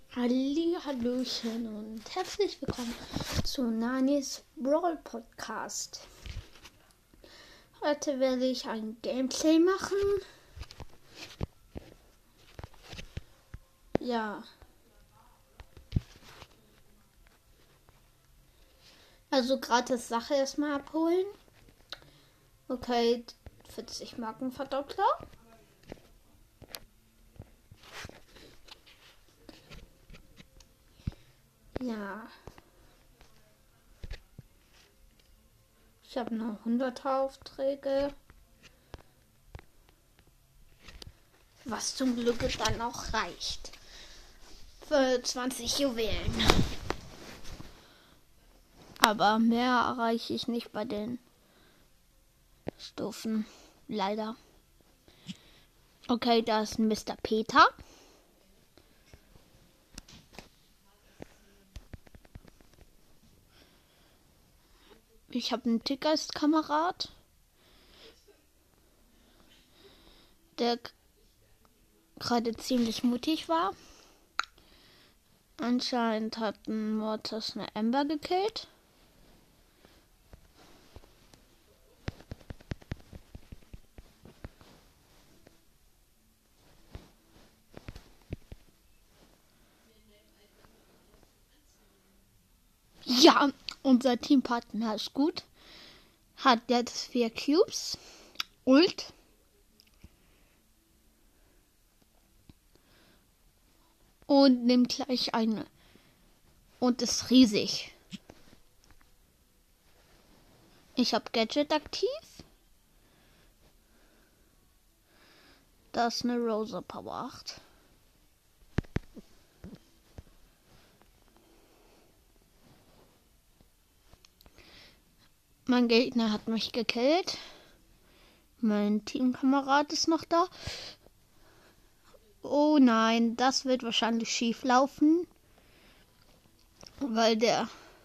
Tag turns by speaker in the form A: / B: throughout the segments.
A: Hallöchen und herzlich willkommen zu Nanis Brawl Podcast. Heute werde ich ein Gameplay machen. Ja. Also gratis Sache erstmal abholen. Okay, 40 Marken Verdoppler. Ja. Ich habe noch 100 Aufträge. Was zum Glück dann auch reicht. Für 20 Juwelen. Aber mehr erreiche ich nicht bei den Stufen. Leider. Okay, da ist ein Mr. Peter. Ich habe einen Tickgeist-Kamerad, der gerade ziemlich mutig war. Anscheinend hat ein Mortis eine Amber gekillt. Ja, unser Teampartner ist gut. Hat jetzt 4 Cubes. Ult. Und nimmt gleich eine. Und ist riesig. Ich habe Gadget aktiv. Das ist eine Rosa Power 8. Mein Gegner hat mich gekillt. Mein Teamkamerad ist noch da. Oh nein, das wird wahrscheinlich schief laufen. Weil der...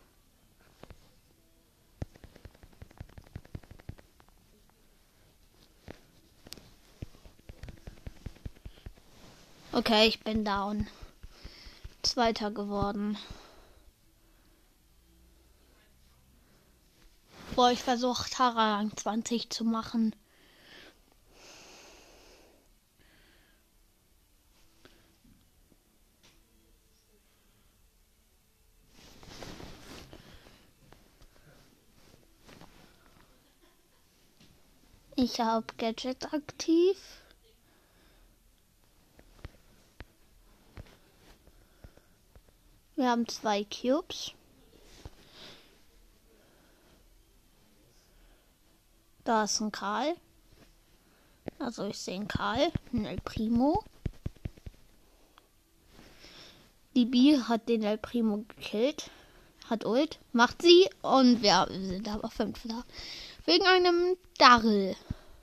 A: Okay, ich bin down. Zweiter geworden. Boah, ich versuche Rang 20 zu machen. Ich habe Gadget aktiv. Wir haben 2 Cubes. Da ist ein Karl. Also ich sehe einen Karl, ein El Primo. Die Bee hat den El Primo gekillt. Hat Ult. Macht sie. Und wir sind aber 5 da. Wegen einem Darrell.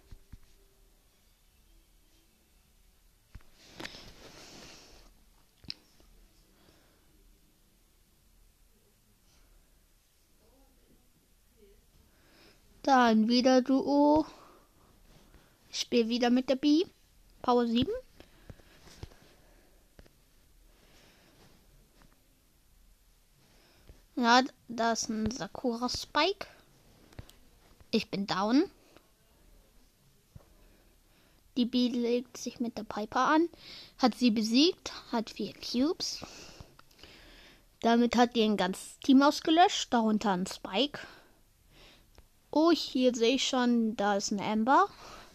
A: Dann wieder Duo. Ich spiele wieder mit der Bee. Power 7. Ja, da ist ein Sakura Spike. Ich bin down. Die Bee legt sich mit der Piper an. Hat sie besiegt. Hat 4 Cubes. Damit hat die ein ganzes Team ausgelöscht. Darunter ein Spike. Oh, hier sehe ich schon, da ist ein Amber.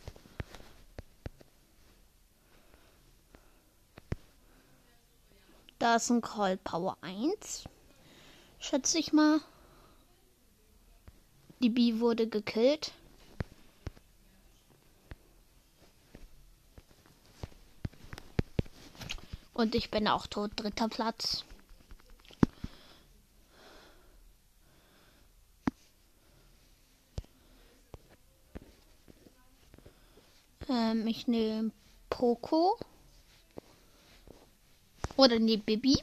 A: Da ist ein Call Power 1. Schätze ich mal. Die Bee wurde gekillt. Und ich bin auch tot. 3. Platz. Ich nehme Poco. Oder die Bibi.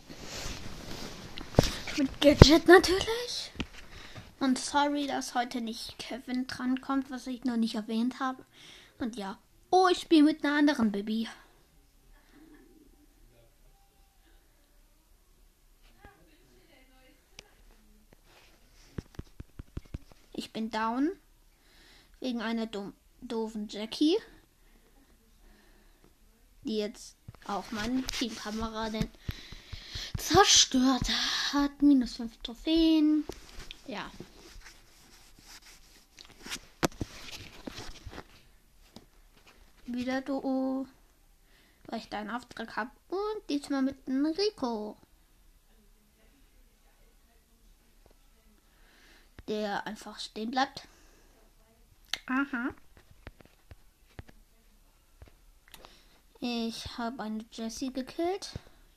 A: Mit Gadget natürlich. Und sorry, dass heute nicht Kevin drankommt, was ich noch nicht erwähnt habe. Und ja. Oh, ich spiele mit einer anderen Bibi. bin down. Wegen einer doofen Jackie. Die jetzt auch meine Teamkameradin zerstört hat. Minus 5 Trophäen. Ja. Wieder Duo. Weil ich da einen Auftrag habe. Und diesmal mit einem Rico. Der einfach stehen bleibt. Aha. Ich habe eine Jessie gekillt.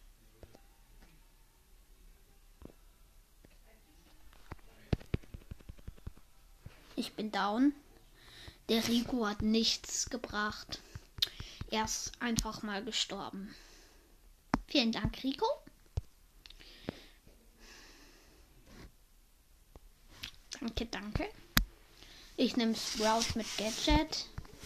A: Ich bin down. Der Rico hat nichts gebracht. Er ist einfach mal gestorben. Vielen Dank, Rico. Danke, danke. Ich nehme Sprout mit Gadget.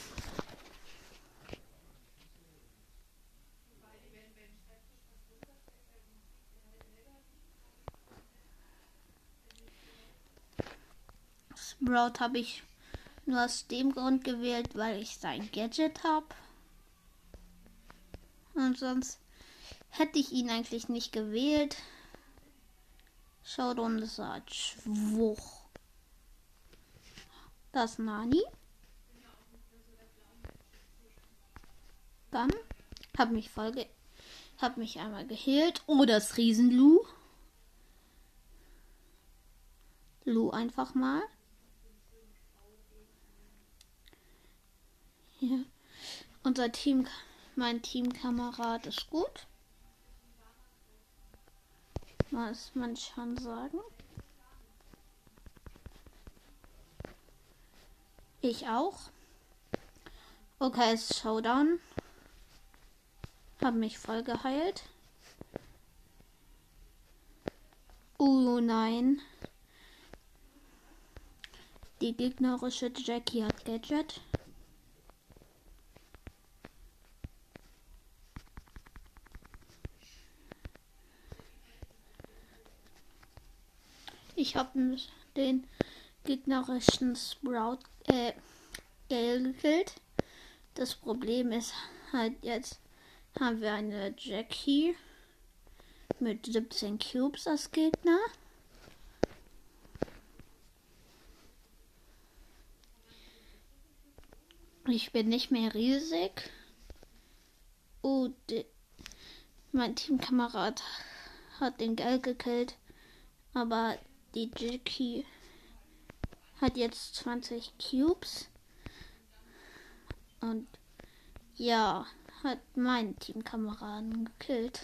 A: Sprout habe ich nur aus dem Grund gewählt, weil ich sein Gadget habe. Und sonst hätte ich ihn eigentlich nicht gewählt. Showdown ist halt Schwuch. Das Nani. Dann habe mich einmal geheilt. Oh, das Riesen-Lu. Lu einfach mal. Ja. Mein Teamkamerad ist gut. Muss man schon sagen. Ich auch. Okay, ist Showdown. Hab mich voll geheilt. Nein. Die gegnerische Jackie hat Gadget. Ich habe den gegnerischen Sprout Gale gekillt. Das Problem ist halt, jetzt haben wir eine Jackie mit 17 Cubes als Gegner. Ich bin nicht mehr riesig. Oh, mein Teamkamerad hat den Gale gekillt. Aber die Jackie hat jetzt 20 Cubes. Und ja, hat meinen Teamkameraden gekillt.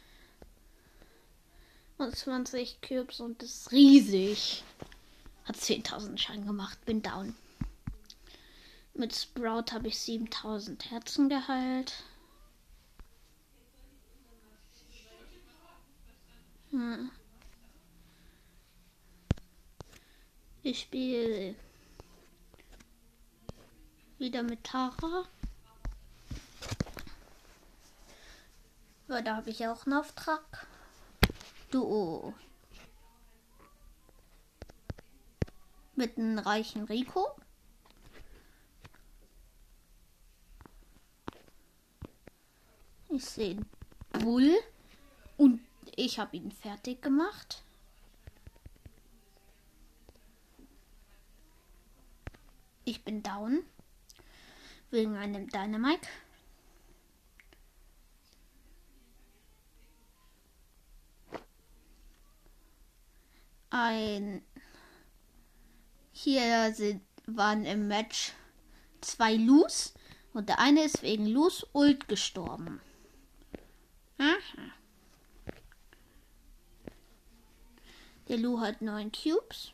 A: Und 20 Cubes und ist riesig. Hat 10.000 Schaden gemacht. Bin down. Mit Sprout habe ich 7.000 Herzen geheilt. Ich spiele wieder mit Tara. Ja, da habe ich auch einen Auftrag. Duo. Mit einem reichen Rico. Ich sehe einen Bull. Und ich habe ihn fertig gemacht. Ich bin down. Wegen einem Dynamite. Waren im Match 2 Lus. Und der eine ist wegen Lus Ult gestorben. Aha. Der Lu hat 9 Cubes.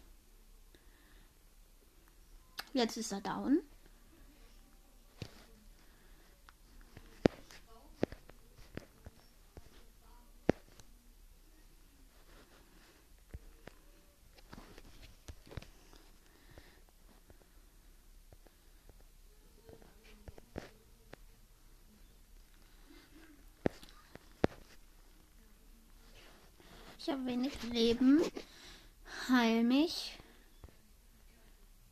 A: Jetzt ist er down. Ich habe wenig Leben. Heil mich.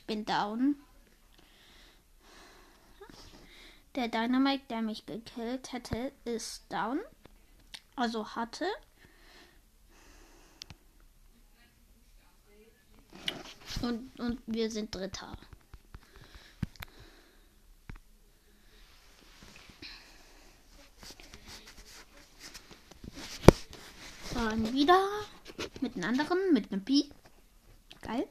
A: Ich bin down. Der Dynamite, der mich gekillt hätte, ist down. Also hatte. Und wir sind Dritter. Dann wieder mit einem anderen, mit einem Pi. Geil.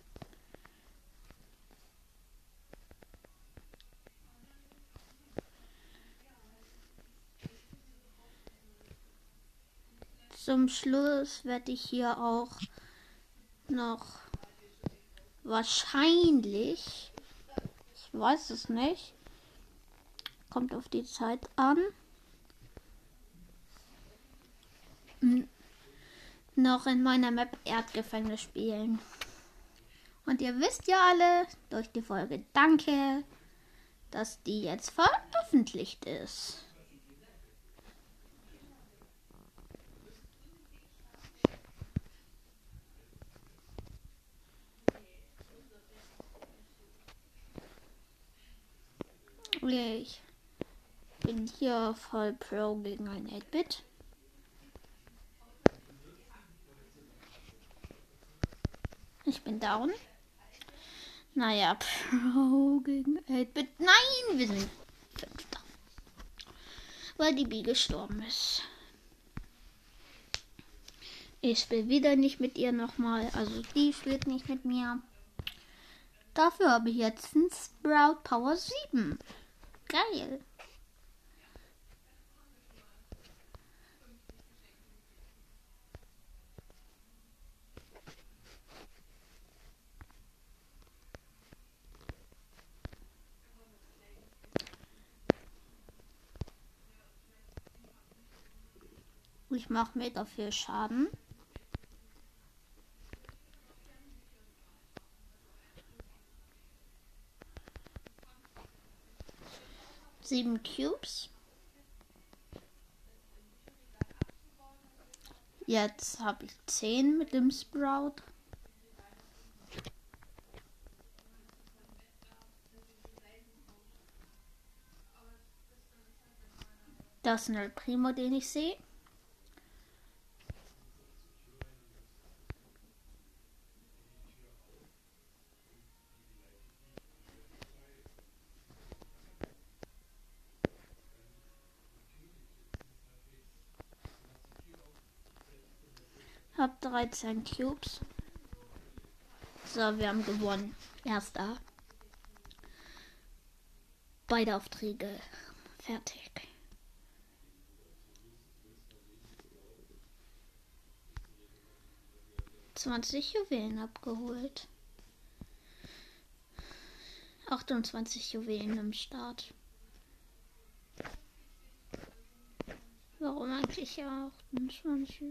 A: Zum Schluss werde ich hier auch noch wahrscheinlich, ich weiß es nicht, kommt auf die Zeit an, noch in meiner Map Erdgefängnis spielen. Und ihr wisst ja alle durch die Folge Danke, dass die jetzt veröffentlicht ist. Ich bin hier voll Pro gegen ein 8-Bit. Ich bin down. Naja, Pro gegen 8-Bit. Nein, wir sind Fünfter. Weil die Bi gestorben ist. Ich spiele wieder nicht mit ihr nochmal. Also die spielt nicht mit mir. Dafür habe ich jetzt einen Sprout Power 7. Geil. Ich mache mega viel Schaden. Sieben Cubes. Jetzt habe ich 10 mit dem Sprout. Das ist ein El Primo, den ich sehe. Hab 13 Cubes. So, wir haben gewonnen. Erster. Beide Aufträge fertig. ...20 Juwelen abgeholt. 28 Juwelen im Start. Warum eigentlich ja 28?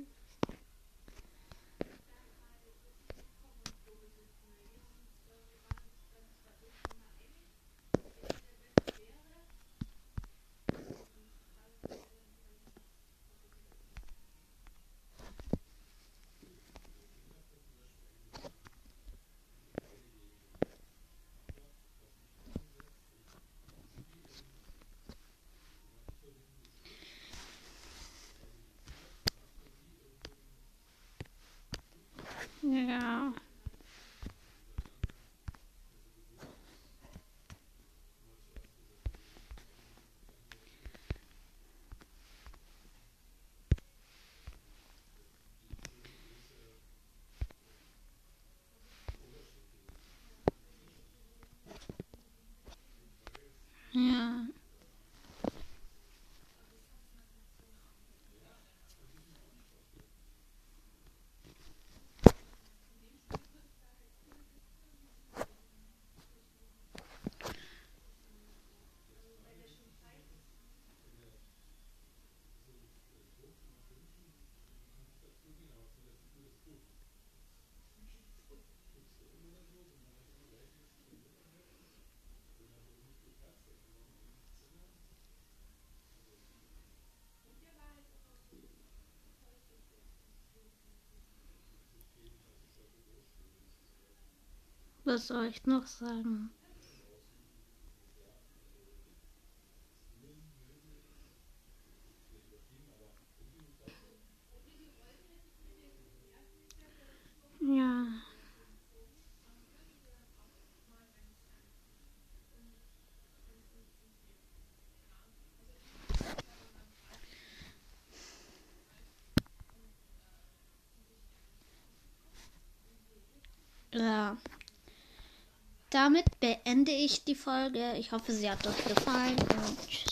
A: Ja. Ja. Was soll ich noch sagen? Ja. Ja. Damit beende ich die Folge. Ich hoffe, sie hat euch gefallen und tschüss.